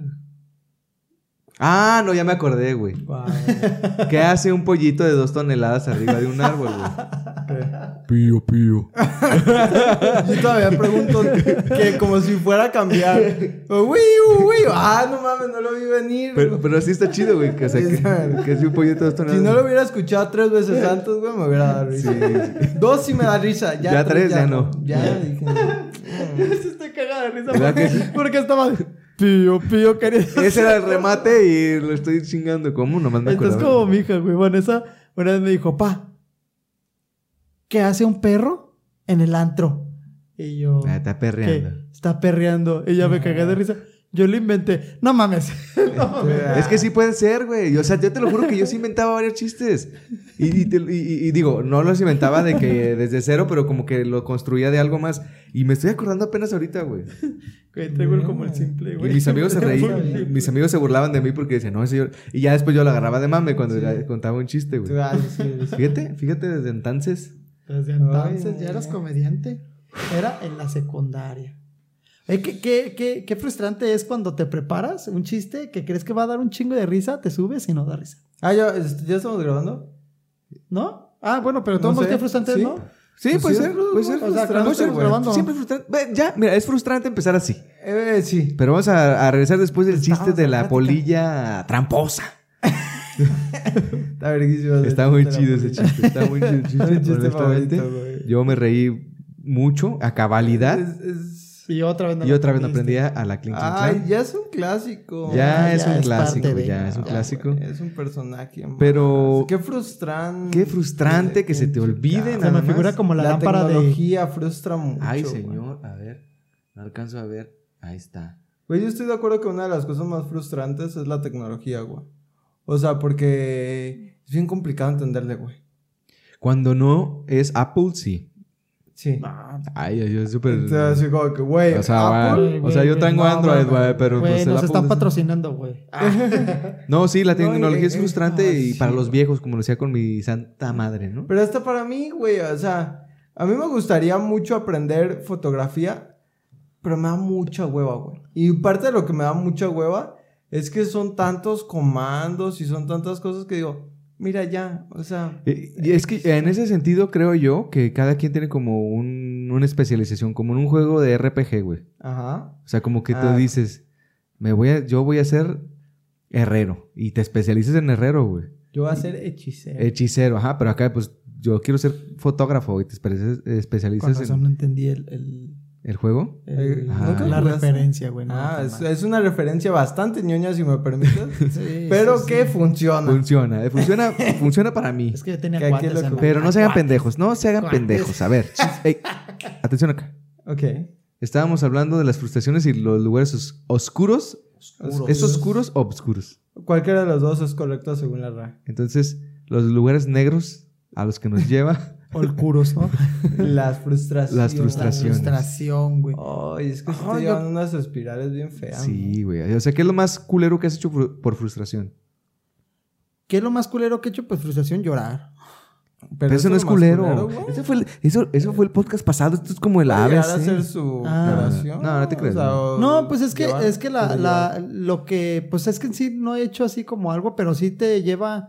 Ah, no, ya me acordé, güey. Guau. ¿Qué hace un pollito de dos toneladas arriba de un árbol, güey? Pío, pío. Yo todavía pregunto que como si fuera a cambiar. Uy, uy, ah, no mames, no lo vi venir. Pero, pero así está chido, güey. Que, o sea, que, que hace un pollito de dos Si toneladas. no lo hubiera escuchado tres veces antes, güey, me hubiera dado risa. Sí. Dos sí me da risa. Ya, Ya tres, ya no. Ya dije. no. Se está cagada de risa. ¿Verdad Porque, que sí? porque estaba... Pío, pío, querido. Ese era el remate y lo estoy chingando. ¿Cómo? Nomás me acuerdo. Entonces, como mi hija, güey. Vanessa una vez me dijo, pa, ¿qué hace un perro en el antro? Y yo... Ah, está perreando. ¿qué? Está perreando. Y ya me cagué de risa. Yo lo inventé. No mames. No mames. Es que sí puede ser, güey. O sea, yo te lo juro que yo sí inventaba varios chistes. Y, y, te- y- y digo, no los inventaba de que desde cero, pero como que lo construía de algo más. Y me estoy acordando apenas ahorita, güey. Güey, traigo el como el simple, Y güey. mis amigos se Muy reían. bien. Mis amigos se burlaban de mí porque decían, no, ese yo... Y ya después yo lo agarraba de mame cuando le contaba un chiste, güey. Ah, sí, sí. Fíjate, fíjate desde entonces. Desde entonces Ay, ya eras no. comediante. Era en la secundaria. Eh, ¿qué, qué, qué, qué frustrante es cuando te preparas un chiste que crees que va a dar un chingo de risa, te subes y no da risa. Ah, ya, este, ¿ya estamos grabando? ¿No? Ah, bueno, pero todo No el mundo sé. qué frustrante es, ¿Sí? ¿no? Sí, Pues puede sí, ser, puede ser. o sea, Puede cuando ser, estamos güey. grabando. Siempre frustrante. Ve, ya, mira, es frustrante empezar así. Eh, sí. Pero vamos a, a regresar después del chiste Estábamos de en la plática. polilla tramposa. Está verguísimo. Está muy chido ese chiste. Está muy chido el chiste. Mi chiste honestamente. favorito, güey. Yo me reí mucho, a cabalidad. Es, es... Y otra vez no Y lo otra vez no aprendiste. aprendía a la clink clink Ay, clank. ya es un clásico. Ya ya es un es clásico, parte de- ya es un Ya, clásico. güey, es un personaje. más. Pero- Qué frustrante. Qué frustrante que se te olvide Se nada me más. figura como la, La, lámpara de... tecnología frustra mucho. Ay, güey. señor, a ver. No alcanzo a ver. Ahí está. Güey, yo estoy de acuerdo que una de las cosas más frustrantes es la tecnología, güey. O sea, porque es bien complicado entenderle, güey. Cuando no es Apple, sí. Sí. Ah, Ay, ay, es súper... Entonces, así como que, güey, O sea, Apple... va- o sea, yo güey, tengo no, Android, no, güey, pero güey, pues el nos Apple están es- patrocinando, güey. No, sí, la No, tecnología y- es frustrante ah, y sí, para los güey. viejos, como lo decía con mi santa madre, ¿no? Pero hasta para mí, güey, o sea, a mí me gustaría mucho aprender fotografía, pero me da mucha hueva, güey. Y parte de lo que me da mucha hueva es que son tantos comandos y son tantas cosas que digo, mira ya, o sea... Y es que en ese sentido creo yo que cada quien tiene como un, una especialización, como en un juego de R P G, güey. Ajá. O sea, como que Ah. tú dices, me voy a, yo voy a ser herrero y te especializas en herrero, güey. Yo voy a ser hechicero. Hechicero, ajá, pero acá pues yo quiero ser fotógrafo y te espe- Con especializas razón en no entendí el... el... el juego. el- Ajá. ¿Nunca la jugaste? referencia, güey. No, Ah, es, jamás. es una referencia bastante ñoña, si me permites. Sí, pero sí, que sí. funciona. Funciona, eh, funciona, funciona para mí. Es que yo tenía Que aquí cuates. lo que- hermano. Pero no se hagan Cuates. pendejos, no se hagan Cuates. pendejos. A ver, ey, atención acá. Ok. Estábamos hablando de las frustraciones y los lugares os- oscuros. Oscuros. ¿Es oscuros o obscuros? Cualquiera de los dos es correcto según la R A. Entonces, los lugares negros a los que nos lleva Olcuros, ¿no? Las frustraciones. Las La frustraciones. frustración, güey. Ay, es que se Ay, te yo- llevan unas espirales bien feas. Sí, güey. O sea, ¿qué es lo más culero que has hecho fru- por frustración? ¿Qué es lo más culero que he hecho? Pues frustración, llorar. ¿no? Pero, eso no lo es más culero. güey. Eso, fue el, eso, eso fue el podcast pasado. Esto es como el Puede A B llegar a C. ser su Ah. oración. No, no te creas, o No, pues es que, llevar- es que la, pero la, llevar. lo que, pues es que en sí no he hecho así como algo, pero sí te lleva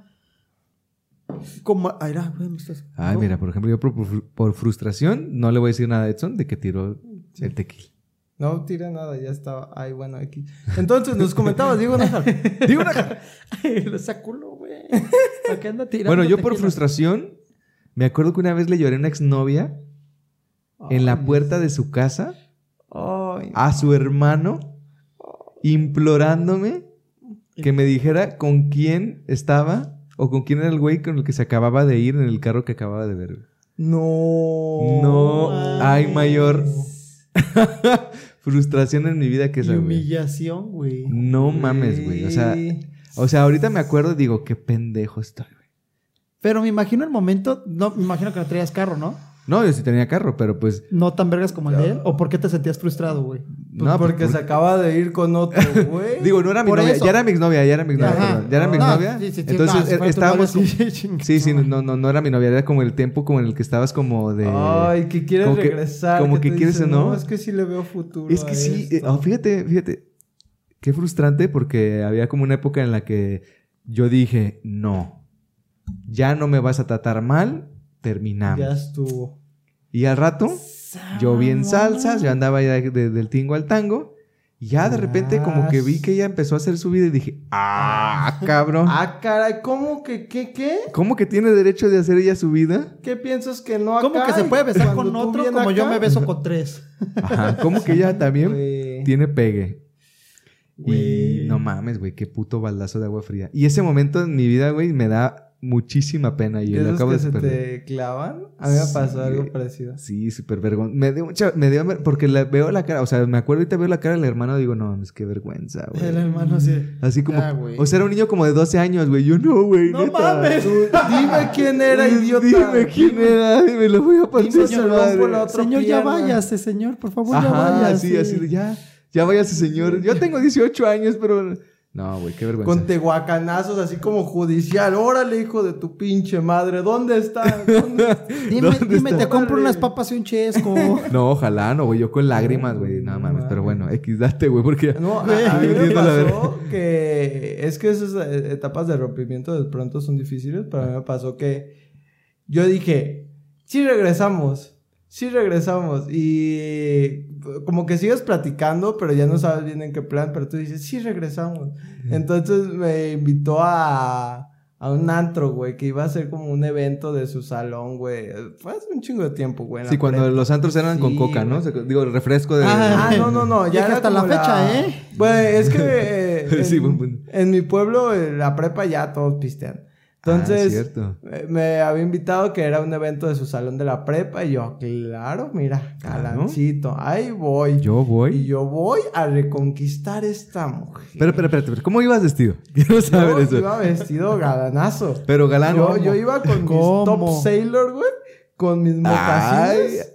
como, ay, era, güey, me estás- Ay, no. mira, por ejemplo, yo por, por- por frustración no le voy a decir nada a Edson de que tiró el tequila. No tira nada, ya estaba. Ay, bueno, aquí. Entonces, nos comentabas, Diego Nájar. Digo una... Ay, lo saculo, güey. ¿Para qué anda tirando Bueno, yo por tequila? frustración me acuerdo que una vez le lloré a una exnovia en la Ay, puerta de su casa Ay, a su hermano implorándome que me dijera con quién estaba o con quién era el güey con el que se acababa de ir en el carro que acababa de ver. güey. no. No hay mayor frustración en mi vida que Y esa, güey. humillación, güey. No mames, güey. O sea, o sea, ahorita me acuerdo y digo, qué pendejo estoy, güey. Pero me imagino el momento, no, me imagino que no traías carro, ¿no? No, yo sí tenía carro, pero pues... No tan vergas como el de él. ¿O por qué te sentías frustrado, güey? Pues no, porque pues, se acaba de ir con otro, güey. Digo, no era mi Por novia, eso. ya era mi exnovia, ya era mi exnovia, Ajá. perdón. Ya era mi No, exnovia. sí, sí, sí, Entonces no, si eh, fuera tu estábamos... novia, como- sí, chinga. Sí, sí, no, no, no era mi novia, era como el tiempo como en el que estabas como de... Ay, que quieres como que- regresar. como que te quieres dicen, o no. Es que sí le veo futuro. Es que a sí, eh, esto". oh, fíjate, fíjate. Qué frustrante porque había como una época en la que yo dije, no, ya no me vas a tratar mal, terminamos. Ya estuvo. Y al rato, yo vi en salsas, yo andaba ya de- de- del tingo al tango. Y ya de repente como que vi que ella empezó a hacer su vida y dije, ah, cabrón. Ah, caray, ¿cómo que qué, qué? ¿Cómo que tiene derecho de hacer ella su vida? ¿Qué piensas que no acá? ¿Cómo que se puede besar Cuando con tú otro bien como yo acá? me beso con tres? Ajá, ¿cómo que ella también Güey. tiene pegue? Güey. Y no mames, güey, qué puto baldazo de agua fría. Y ese momento en mi vida, güey, me da muchísima pena y ¿De lo esos acabo que de se perder. te clavan? A mí me pasó Sí. algo parecido. Sí, súper vergüenza. Me dio mucha, me dio, porque la, veo la cara, o sea, me acuerdo ahorita veo la cara del hermano y digo, no, es que vergüenza, güey. El hermano sí. Así como, Ah, güey. o sea, era un niño como de doce años, güey. Yo no, güey. ¡No neta. mames! Tú, dime quién era, idiota. Dime quién era, me lo voy a Dime, partir señor, rompo la otra Señor, ya pierna. váyase, señor, por favor, ya Ajá, váyase. así, así, de, ya, ya váyase, señor. Yo tengo dieciocho años, pero... No, güey, qué vergüenza. Con tehuacanazos así como judicial. Órale, hijo de tu pinche madre. ¿Dónde está? ¿Dónde está? Dime, ¿Dónde dime, está? te compro Madre. unas papas y un chesco. No, ojalá, no, güey. Yo con lágrimas, güey. No, No no mames, pero mames. bueno, X, date, güey, porque... No, a, Güey, a mí me entiendo la pasó que... Es que esas eh, etapas de rompimiento de pronto son difíciles. Pero a mí me pasó que... Yo dije... Sí regresamos. Sí regresamos. Y... Como que sigues platicando, pero ya no sabes bien en qué plan. Pero tú dices, sí regresamos. Entonces me invitó a... A un antro, güey, que iba a ser como un evento de su salón, güey. Fue hace un chingo de tiempo, güey. en la Sí, cuando prepa. los antros eran con Sí, coca, ¿no? güey. O sea, digo, refresco de... Ah, Ah, no, no, no. Ya Dije era hasta la como fecha, ¿eh? Güey, es que eh, en, Sí, buen punto. en mi pueblo, en la prepa, ya todos pistean. Ah, Entonces, cierto. eh, me había invitado que era un evento de su salón de la prepa. Y yo, claro, mira, Claro. galancito. Ahí voy. Yo voy... Y yo voy a reconquistar esta mujer. Pero, pero, espérate, espérate, ¿cómo ibas vestido? Quiero saber Yo eso. iba vestido galanazo. Pero galán... Yo, ¿cómo? yo iba con mis ¿Cómo? top sailor, güey. Con mis Ay, mocasines.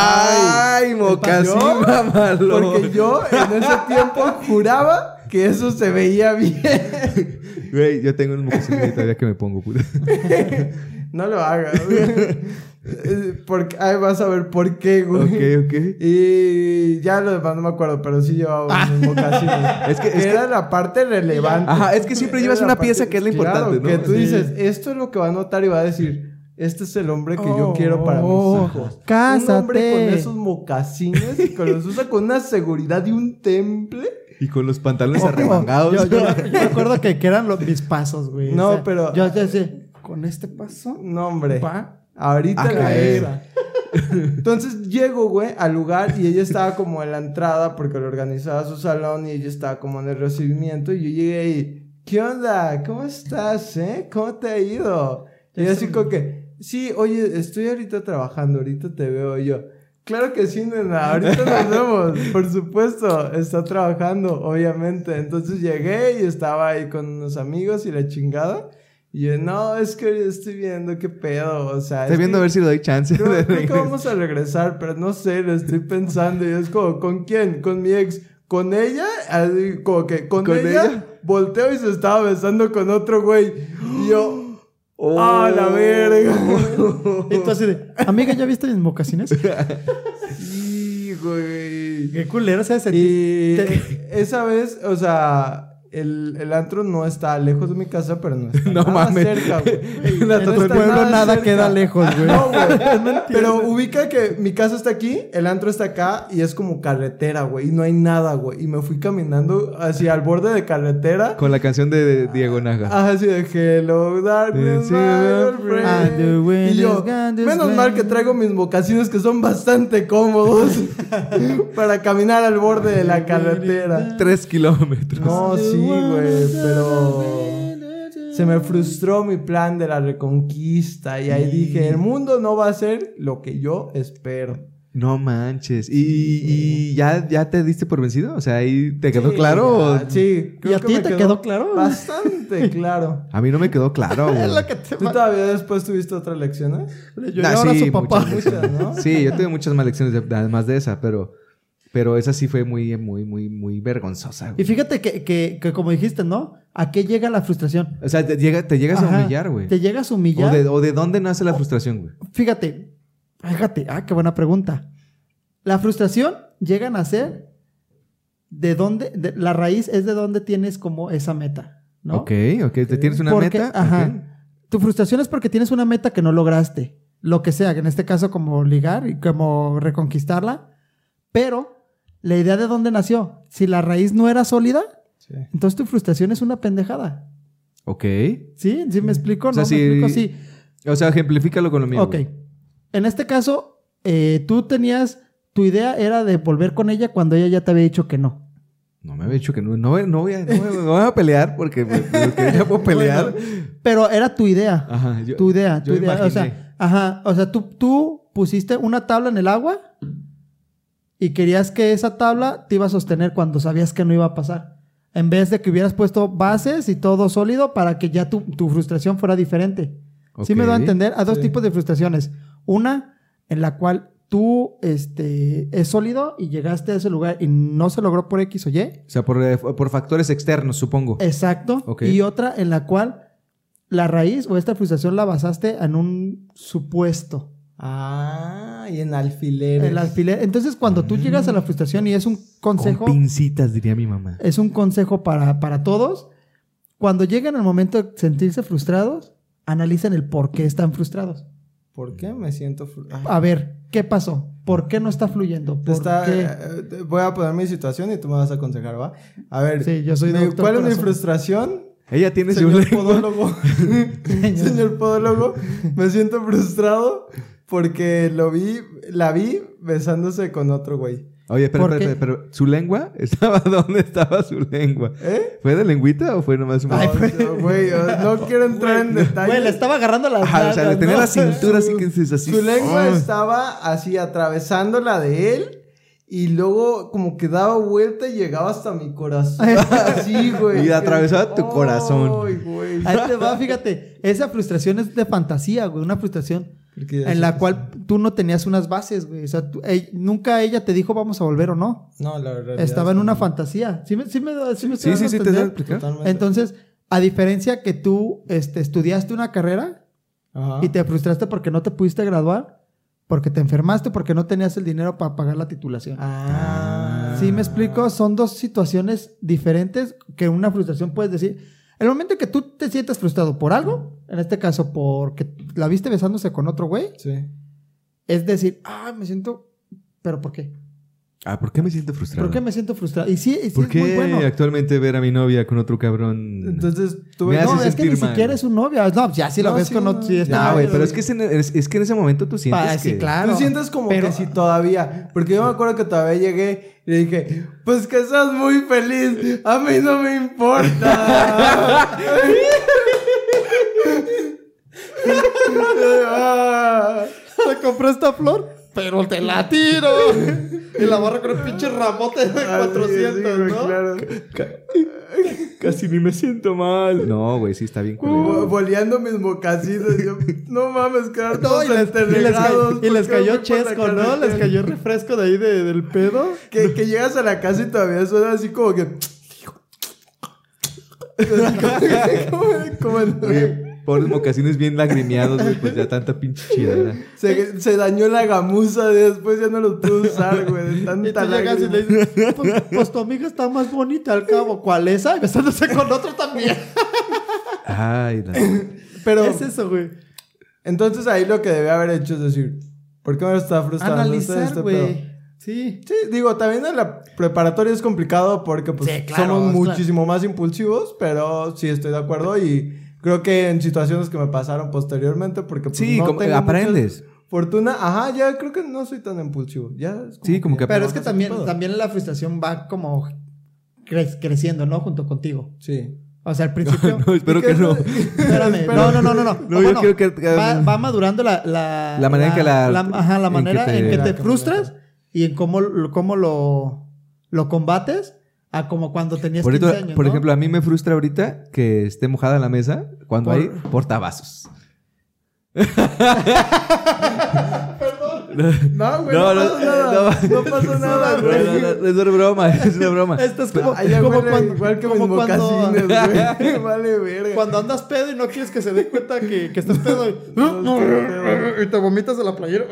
ay, mocasín, Yo- mamalón. Porque yo en ese tiempo juraba que eso se veía bien. Güey, yo tengo un mocasín todavía que me pongo, puta. No lo hagas, güey. Porque, ahí vas a ver por qué, güey. Ok, ok. Y ya lo demás no me acuerdo, pero sí llevaba ah. unos mocasines. Es que, es que era la parte relevante. Ajá, es que siempre llevas una parte, pieza que es la importante, claro, ¿no? Que tú sí. dices, esto es lo que va a notar y va a decir, este es el hombre que oh, yo quiero para mis hijos. Cásate. Un hombre con esos mocasines y que los usa con una seguridad y un temple. Y con los pantalones oh, arremangados. Yo, yo, yo, yo recuerdo que, que eran los, mis pasos, güey. No, o sea, pero... Yo decía, ¿con este paso? No, hombre. ¿Va? Ahorita la era. Entonces llego, güey, al lugar y ella estaba como en la entrada porque lo organizaba su salón y ella estaba como en el recibimiento y yo llegué y... ¿Qué onda? ¿Cómo estás, eh? ¿Cómo te ha ido? Y ella así como que... Sí, oye, estoy ahorita trabajando, ahorita te veo y yo... Claro que sí, nena, ahorita nos vemos, por supuesto, está trabajando, obviamente. Entonces llegué y estaba ahí con unos amigos y la chingada. Y yo, no, es que estoy viendo qué pedo, o sea... Estoy viendo que, a ver si le doy chance creo, de creo que vamos a regresar, pero no sé, lo estoy pensando. Y es como, ¿con quién? ¿Con mi ex? ¿Con ella? Así, como que, ¿con, ¿Con ella? ella? Volteo y se estaba besando con otro güey. Y yo... ¡Oh, oh la verga! Entonces, de, amiga, ¿ya viste mis mocasines? Sí, güey. Qué culero se hace. Y esa vez, o sea... El, el antro no está lejos de mi casa, pero no está no nada mames. cerca, güey. En no el pueblo nada, nada queda lejos, güey. No, güey. No pero ubica que mi casa está aquí, el antro está acá y es como carretera, güey. Y no hay nada, güey. Y me fui caminando hacia el borde de carretera. Con la canción de, de Diego Naja. Ajá, así de Hello, darkness, my old friend. Y yo, menos mal que traigo mis mocasines que son bastante cómodos para caminar al borde de la carretera. Tres kilómetros. No, sí. Sí, güey, pero se me frustró mi plan de la reconquista y ahí dije, el mundo no va a ser lo que yo espero. No manches. ¿Y, y ya, ya te diste por vencido? O sea, ¿ahí te quedó sí, claro? Ya, sí. ¿Y a ti te quedó, quedó claro? Bastante claro. A mí no me quedó claro, güey. ¿Tú todavía después tuviste otras lecciones? Yo nah, ahora sí, su papá. Muchas, muchas, ¿no? Sí, yo tuve muchas más lecciones de, además de esa, pero... Pero esa sí fue muy, muy, muy, muy vergonzosa, güey. Y fíjate que, que, que como dijiste, ¿no? ¿A qué llega la frustración? O sea, te, llega, te llegas Ajá, a humillar, güey. Te llegas a humillar. ¿O de, o de dónde nace la frustración, güey? Fíjate, fíjate. Ah, qué buena pregunta. La frustración llega a nacer de dónde... De, la raíz es de dónde tienes como esa meta, ¿no? Ok, ok. ¿Te tienes una porque, meta? Ajá. Okay. Tu frustración es porque tienes una meta que no lograste. Lo que sea, en este caso como ligar y como reconquistarla. Pero... La idea de dónde nació. Si la raíz no era sólida, sí. Entonces tu frustración es una pendejada. Ok. ¿Sí? ¿Sí me explico? O sea, ¿No sí, me explico? Sí. O sea, ejemplifícalo con lo mío. Ok. Güey. En este caso, eh, tú tenías... Tu idea era de volver con ella cuando ella ya te había dicho que no. No me había dicho que no. No, no, voy, a, no, voy, no voy a pelear porque, porque ya puedo pelear. Bueno, pero era tu idea. Ajá. Yo, tu idea. Yo tu idea. imaginé. O sea, ajá. O sea, tú, tú pusiste una tabla en el agua... Y querías que esa tabla te iba a sostener cuando sabías que no iba a pasar. En vez de que hubieras puesto bases y todo sólido para que ya tu, tu frustración fuera diferente. Okay. ¿Sí me doy a entender? Hay dos sí. tipos de frustraciones. Una en la cual tú este, es sólido y llegaste a ese lugar y no se logró por X o Y. O sea, por, por factores externos, supongo. Exacto. Okay. Y otra en la cual la raíz o esta frustración la basaste en un supuesto. Ah, y en alfileres. El alfiler. Entonces, cuando tú llegas a la frustración y es un consejo... Con pincitas, diría mi mamá. Es un consejo para, para todos. Cuando llegan al momento de sentirse frustrados, analicen el por qué están frustrados. ¿Por qué me siento frustrado? A ver, ¿qué pasó? ¿Por qué no está fluyendo? ¿Por está, qué? Eh, voy a poner mi situación y tú me vas a aconsejar, ¿va? A ver, sí, yo soy mi, doctor ¿cuál corazón. es mi frustración? Ella tiene Señor su podólogo. Señor. Señor podólogo, me siento frustrado porque lo vi, la vi besándose con otro güey. Oye, pero, pero, pero, pero, ¿su lengua? ¿Estaba dónde estaba su lengua? ¿Eh? ¿Fue de lengüita o fue nomás un... Ay, no, güey, no quiero entrar güey, en detalles. Güey, le estaba agarrando las Ajá, o sea, le tenía ¿no? la cintura así que es así. Su lengua oh. estaba así atravesando la de él y luego como que daba vuelta y llegaba hasta mi corazón. Así, güey. Y atravesaba tu oh, corazón. Güey. Ahí te va, fíjate. Esa frustración es de fantasía, güey. Una frustración en la cual tú no tenías unas bases, güey. O sea, tú, ella, nunca ella te dijo vamos a volver o no. No, la verdad. Estaba en una fantasía. ¿Sí me, sí me, sí me Sí, sí, sí, te da Entonces, a diferencia que tú este, estudiaste una carrera, Ajá. Y te frustraste porque no te pudiste graduar, porque te enfermaste, porque no tenías el dinero para pagar la titulación. Ah. ¿Sí me explico? Son dos situaciones diferentes que una frustración puedes decir. El momento en que tú te sientes frustrado por algo, en este caso porque la viste besándose con otro güey, Sí. es decir, ah, me siento... ¿Pero por qué? Ah, ¿por qué me siento frustrado? ¿Por qué me siento frustrado? Y sí, y sí ¿Por es qué muy bueno. actualmente ver a mi novia con otro cabrón? Entonces, tú Me ves... hace No, es que ni sentir mal. siquiera es su novia. No, ya si lo No, ves sí, con no. otro... Sí, está No, mal, güey, pero es que, es, en, es, es que en ese momento tú sientes Pa- que... sí, claro. Tú sientes como Pero- que si todavía... Porque yo me acuerdo que todavía llegué y le dije... Pues que seas muy feliz. A mí no me importa. Te compré esta flor, pero te la tiro. Y la barra con un pinche ramote de cuatrocientos, ¿no? Claro. Casi ni me siento mal. No, güey, sí está bien culero. Bo- Boleando mis mocasinos. Yo, no mames, quedar No, todos y les, y les, entregados. ca- y les porque cayó fui por la chesco, ¿no? Les carretera. cayó refresco de ahí de- del pedo. Que, que llegas a la casa y todavía suena así como que... como, como en- Oye, pobres mocasines bien lagrimeados, güey, pues ya tanta pinche chidera. se, se dañó la gamuza, después ya no los pude usar, güey. De Y tú tanta llegas y lágrima. le dices, pues, pues tu amiga está más bonita al cabo. ¿Cuál es? Ay, besándose con otro también. Ay, la... Pero, Es eso, güey. entonces ahí lo que debe haber hecho es decir, ¿por qué me está frustrando Analizar, este pedo? güey. Sí. Sí, digo, también en la preparatoria es complicado porque pues Sí, claro, somos claro. muchísimo más impulsivos, pero sí estoy de acuerdo y creo que en situaciones que me pasaron posteriormente porque pues, Sí, no como- tengo aprendes. mucha fortuna, ajá, ya creo que no soy tan impulsivo, ya es Sí, como que- Pero es que no, también, no sé, también la frustración va como cre- creciendo, ¿no? Junto contigo. sí. O sea, al principio... No, espero ¿Y qué que es no. lo- Espérame. Espero- No, no, no, no. no. No, O yo bueno, quiero que- que- va, va madurando la... La, La manera en que la- Ajá, la en manera que te- en que te, la frustras y en cómo, cómo lo, lo combates a como cuando tenías Por, quince ejemplo, años, por ¿no? ejemplo, a mí me frustra ahorita que esté mojada la mesa cuando Por- hay portavasos. No, güey, No, no, no, pasó nada. no. No, pasó nada, No, güey. no, no, es una broma, es una broma. Esto es como, Ay, ya como huele cuando, igual que mis como cuando, mocasines, güey. Vale, verga. cuando andas pedo y no quieres que se dé cuenta que, que estás pedo y, y te vomitas de la playera.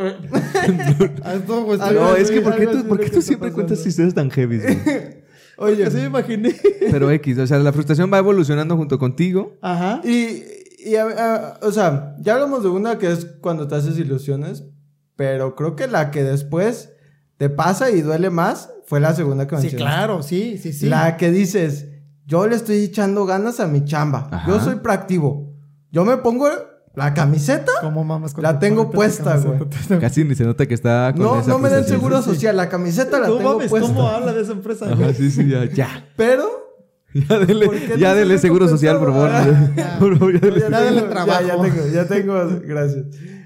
Ah, esto, güey, Ah, estoy- No, es que sí, ¿por qué algo tú, así por es qué lo tú que siempre está cuentas pasando. historias tan heavy, güey? Oye, así me imaginé. Pero X, o sea, la frustración va evolucionando junto contigo. Ajá. Y, y a- a- o sea, ya hablamos de una que es cuando te haces ilusiones, pero creo que la que después te pasa y duele más fue la segunda que Sí, mencionaste. claro, sí, sí, sí. La que dices, yo le estoy echando ganas a mi chamba. Ajá. Yo soy proactivo. Yo me pongo la camiseta. ¿Cómo mamas con La tu tengo camiseta, puesta, camiseta? Casi ni se nota que está con No, esa no me den frustración. seguro social. La camiseta la No tengo mames, puesta. ¿cómo habla de esa empresa? Ajá, sí, sí, ya, ya. Pero Ya dele, ¿por qué ya no se dele me seguro social, por favor. compensaba? Ah, Por favor, ya dele- ya, Ya dale tengo, trabajo. ya, ya tengo, ya tengo, gracias.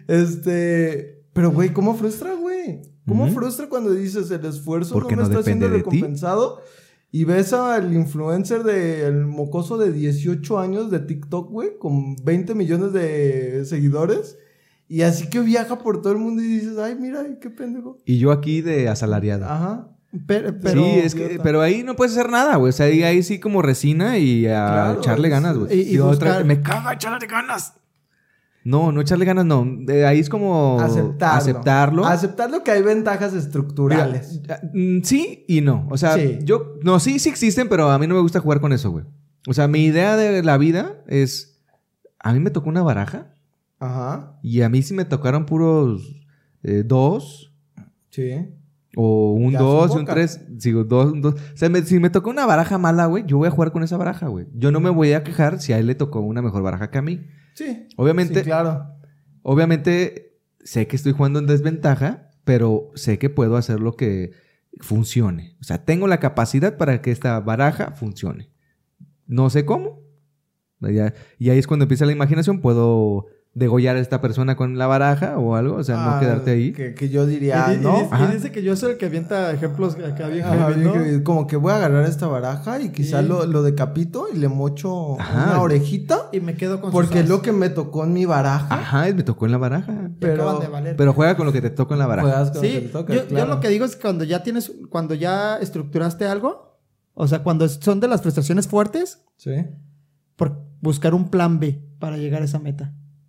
Este, pero güey, ¿cómo frustra, güey? ¿Cómo Ujú. frustra cuando dices el esfuerzo Porque no me no está siendo depende de ti. recompensado? Y ves al influencer del mocoso de dieciocho años de TikTok, güey, con veinte millones de seguidores. Y así que viaja por todo el mundo y dices, ay, mira, ay, qué pendejo. Y yo aquí de asalariado. Ajá. Pero, pero, sí, es que, pero ahí no puedes hacer nada, güey. O sea, ahí, ahí sí como resina y a Claro, echarle es- ganas, güey. y- y Y otra- buscar- me caga echarle ganas. No, no echarle ganas, no. Eh, ahí es como Aceptarlo. aceptarlo. Aceptarlo que hay ventajas estructurales. Mira, mm, sí y no. O sea, Sí. yo... No, sí, sí existen, pero a mí no me gusta jugar con eso, güey. O sea, mi idea de la vida es... A mí me tocó una baraja Ajá. y a mí sí me tocaron puros eh, dos Sí. o un Ya dos su y un boca. tres. Digo, dos, un dos. O sea, me- si me tocó una baraja mala, güey, yo voy a jugar con esa baraja, güey. Yo no me voy a quejar si a él le tocó una mejor baraja que a mí. Sí. Obviamente, Sí, claro. obviamente sé que estoy jugando en desventaja, pero sé que puedo hacer lo que funcione. O sea, tengo la capacidad para que esta baraja funcione. No sé cómo. Ya- y ahí es cuando empieza la imaginación. Puedo degollar a esta persona con la baraja o algo. O sea, no Ah, quedarte ahí. Que, que yo diría, y, di- y ¿no? dice, Ajá. y dice que yo soy el que avienta ejemplos acá bien Ajá, heavy, bien ¿no? que- como que voy a agarrar esta baraja y quizá Sí. lo, lo decapito y le mocho Ajá. una orejita. Y me quedo con Porque sus es lo as. que me tocó en mi baraja. Ajá, me tocó en la baraja. Y pero- acaban de valer. Pero juega con lo que te toca en la baraja. Juegas con lo que Sí, te toca, yo, yo claro. lo que digo es que cuando ya tienes, cuando ya estructuraste algo, o sea, cuando son de las frustraciones fuertes, Sí. por buscar un plan B para llegar a esa meta.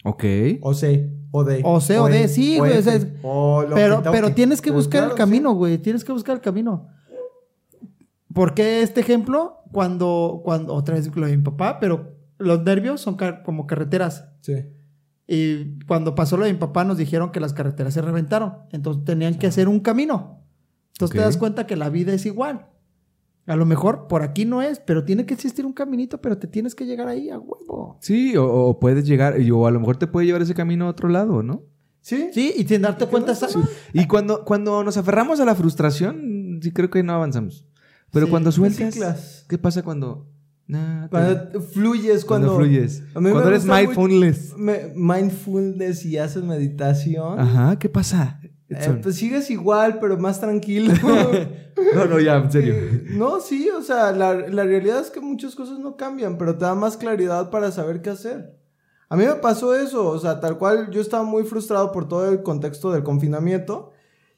Ok. O C, o D. O C, o D, sí, güey. O sea, es- o lo pero, que toque. pero tienes que Pero buscar claro, el camino, güey. Tienes que buscar el camino. ¿Por qué este ejemplo? Cuando, cuando, otra vez lo de mi papá, pero los nervios son car- como carreteras. Sí. Y cuando pasó lo de mi papá, nos dijeron que las carreteras se reventaron. Entonces tenían que hacer un camino. Entonces Ok. te das cuenta que la vida es igual. A lo mejor por aquí no es, pero tiene que existir un caminito, pero te tienes que llegar ahí a huevo. Sí, o, o puedes llegar, y- o a lo mejor te puede llevar ese camino a otro lado, ¿no? Sí. Sí, y sin darte cuenta, no? ¿sabes? Y cuando, cuando nos aferramos a la frustración, sí creo que no avanzamos. Pero Sí, cuando sueltas, ciclas. ¿qué pasa cuando...? Nah, te- Cuando fluyes, cuando, cuando... fluyes. A mí me Cuando eres gusta muy- mindfulness. Me- mindfulness y haces meditación. Ajá, ¿qué pasa? Eh, pues sigues igual, pero más tranquilo. No, no, ya, en serio. Eh, No, sí, o sea, la, la realidad es que muchas cosas no cambian, pero te da más claridad para saber qué hacer. A mí me pasó eso, o sea, tal cual yo estaba muy frustrado por todo el contexto del confinamiento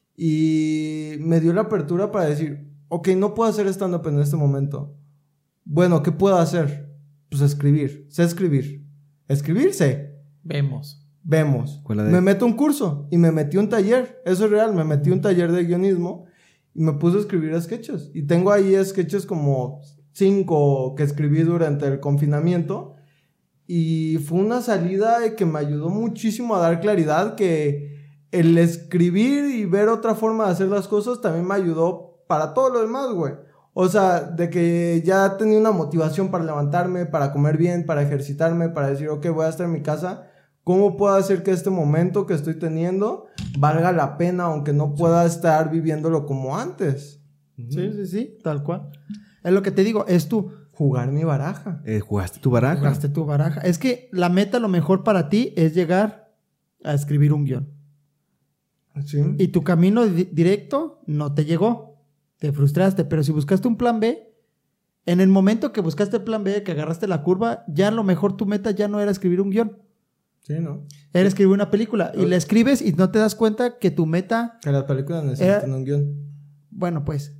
y me dio la apertura para decir, ok, no puedo hacer stand-up en este momento. Bueno, ¿qué puedo hacer? Pues escribir, sé escribir. Escribir sé. Vemos. Vemos. ¿Cuál la de- Me meto a un curso y me metí a un taller. Eso es real. Me metí a un taller de guionismo y me puse a escribir sketches. Y tengo ahí sketches como cinco que escribí durante el confinamiento. Y fue una salida que me ayudó muchísimo a dar claridad. Que el escribir y ver otra forma de hacer las cosas también me ayudó para todo lo demás, güey. O sea, de que ya tenía una motivación para levantarme, para comer bien, para ejercitarme, para decir, ok, voy a estar en mi casa. ¿Cómo puedo hacer que este momento que estoy teniendo valga la pena, aunque no pueda estar viviéndolo como antes? Sí, sí, sí, tal cual. Es lo que te digo, es tú. Jugar mi baraja. Eh, ¿Jugaste tu baraja? Jugaste tu baraja. Es que la meta, lo mejor para ti, es llegar a escribir un guión. Sí. Y tu camino di- directo no te llegó. Te frustraste, pero si buscaste un plan B, en el momento que buscaste el plan B, que agarraste la curva, ya a lo mejor tu meta ya no era escribir un guión. Sí, ¿no? Era escribir una película. Y la escribes y no te das cuenta que tu meta... Que las películas necesitan Era- un guión. Bueno, pues...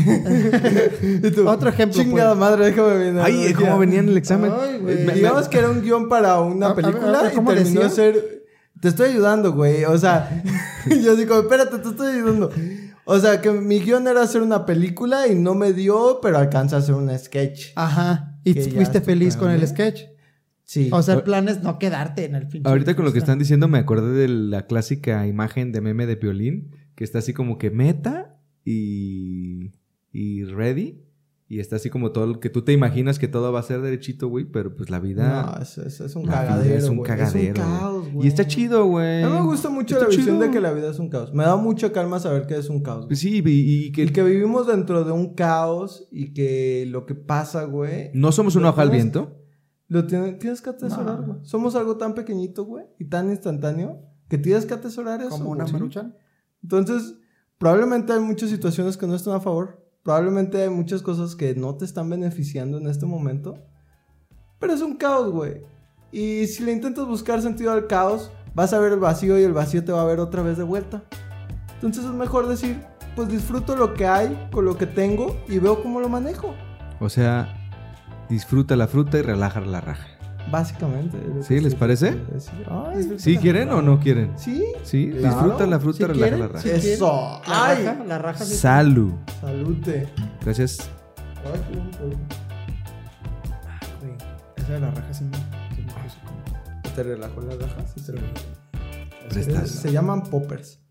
¿Y tú? Otro ejemplo, Chingada pues. madre, déjame ver. Ay, ¿cómo venía en el examen? Ay, güey. Me- me- Digamos que era un guión para una A- a- película a- y ¿cómo terminó decía? de ser... Te estoy ayudando, güey. O sea, yo digo, espérate, te estoy ayudando. O sea, que mi guión era hacer una película y no me dio, pero alcanza a hacer un sketch. Ajá. Y Que ya fuiste está feliz con el grande. sketch. Sí. O sea, el plan es no quedarte en el pinche... Ahorita con lo que está están diciendo me acordé de la clásica imagen de meme de Piolín, que está así como que meta y, y ready. Y está así como todo lo que tú te imaginas que todo va a ser derechito, güey, pero pues la vida... No, es, es, es un la vida cagadero, es un güey. cagadero. Es un caos, güey. güey. Y está chido, güey. A mí me gusta mucho Está la visión chido. de que la vida es un caos. Me da mucha calma saber que es un caos. Pues sí, y, y que, Y que vivimos dentro de un caos y que lo que pasa, güey... no somos una lo hoja al tienes- viento. Lo tienes, tienes que atesorar, No. güey. Somos algo tan pequeñito, güey, y tan instantáneo que tienes que atesorar eso. Como una güey. maruchan. Entonces, probablemente hay muchas situaciones que no están a favor. Probablemente hay muchas cosas que no te están beneficiando en este momento. Pero es un caos, güey. Y si le intentas buscar sentido al caos, vas a ver el vacío y el vacío te va a ver otra vez de vuelta. Entonces es mejor decir, pues disfruto lo que hay con lo que tengo y veo cómo lo manejo. O sea, disfruta la fruta y relaja la raja. Básicamente. es lo ¿Sí? que ¿Les parece? quiero decir. Ay, disfruta ¿Sí la quieren raja. o no quieren? Sí. Sí, Claro. disfruta la fruta, ¿Sí relaja quieren? la raja. ¿Sí Eso. quieren? La Ay. raja, la raja. sí. Salud. Salute. Gracias. Ay, qué bonito. Güey, esa de la raja sí me... sí me puso como- ¿Te relajó la raja? Sí, te relajó. Prestas. Se llaman poppers.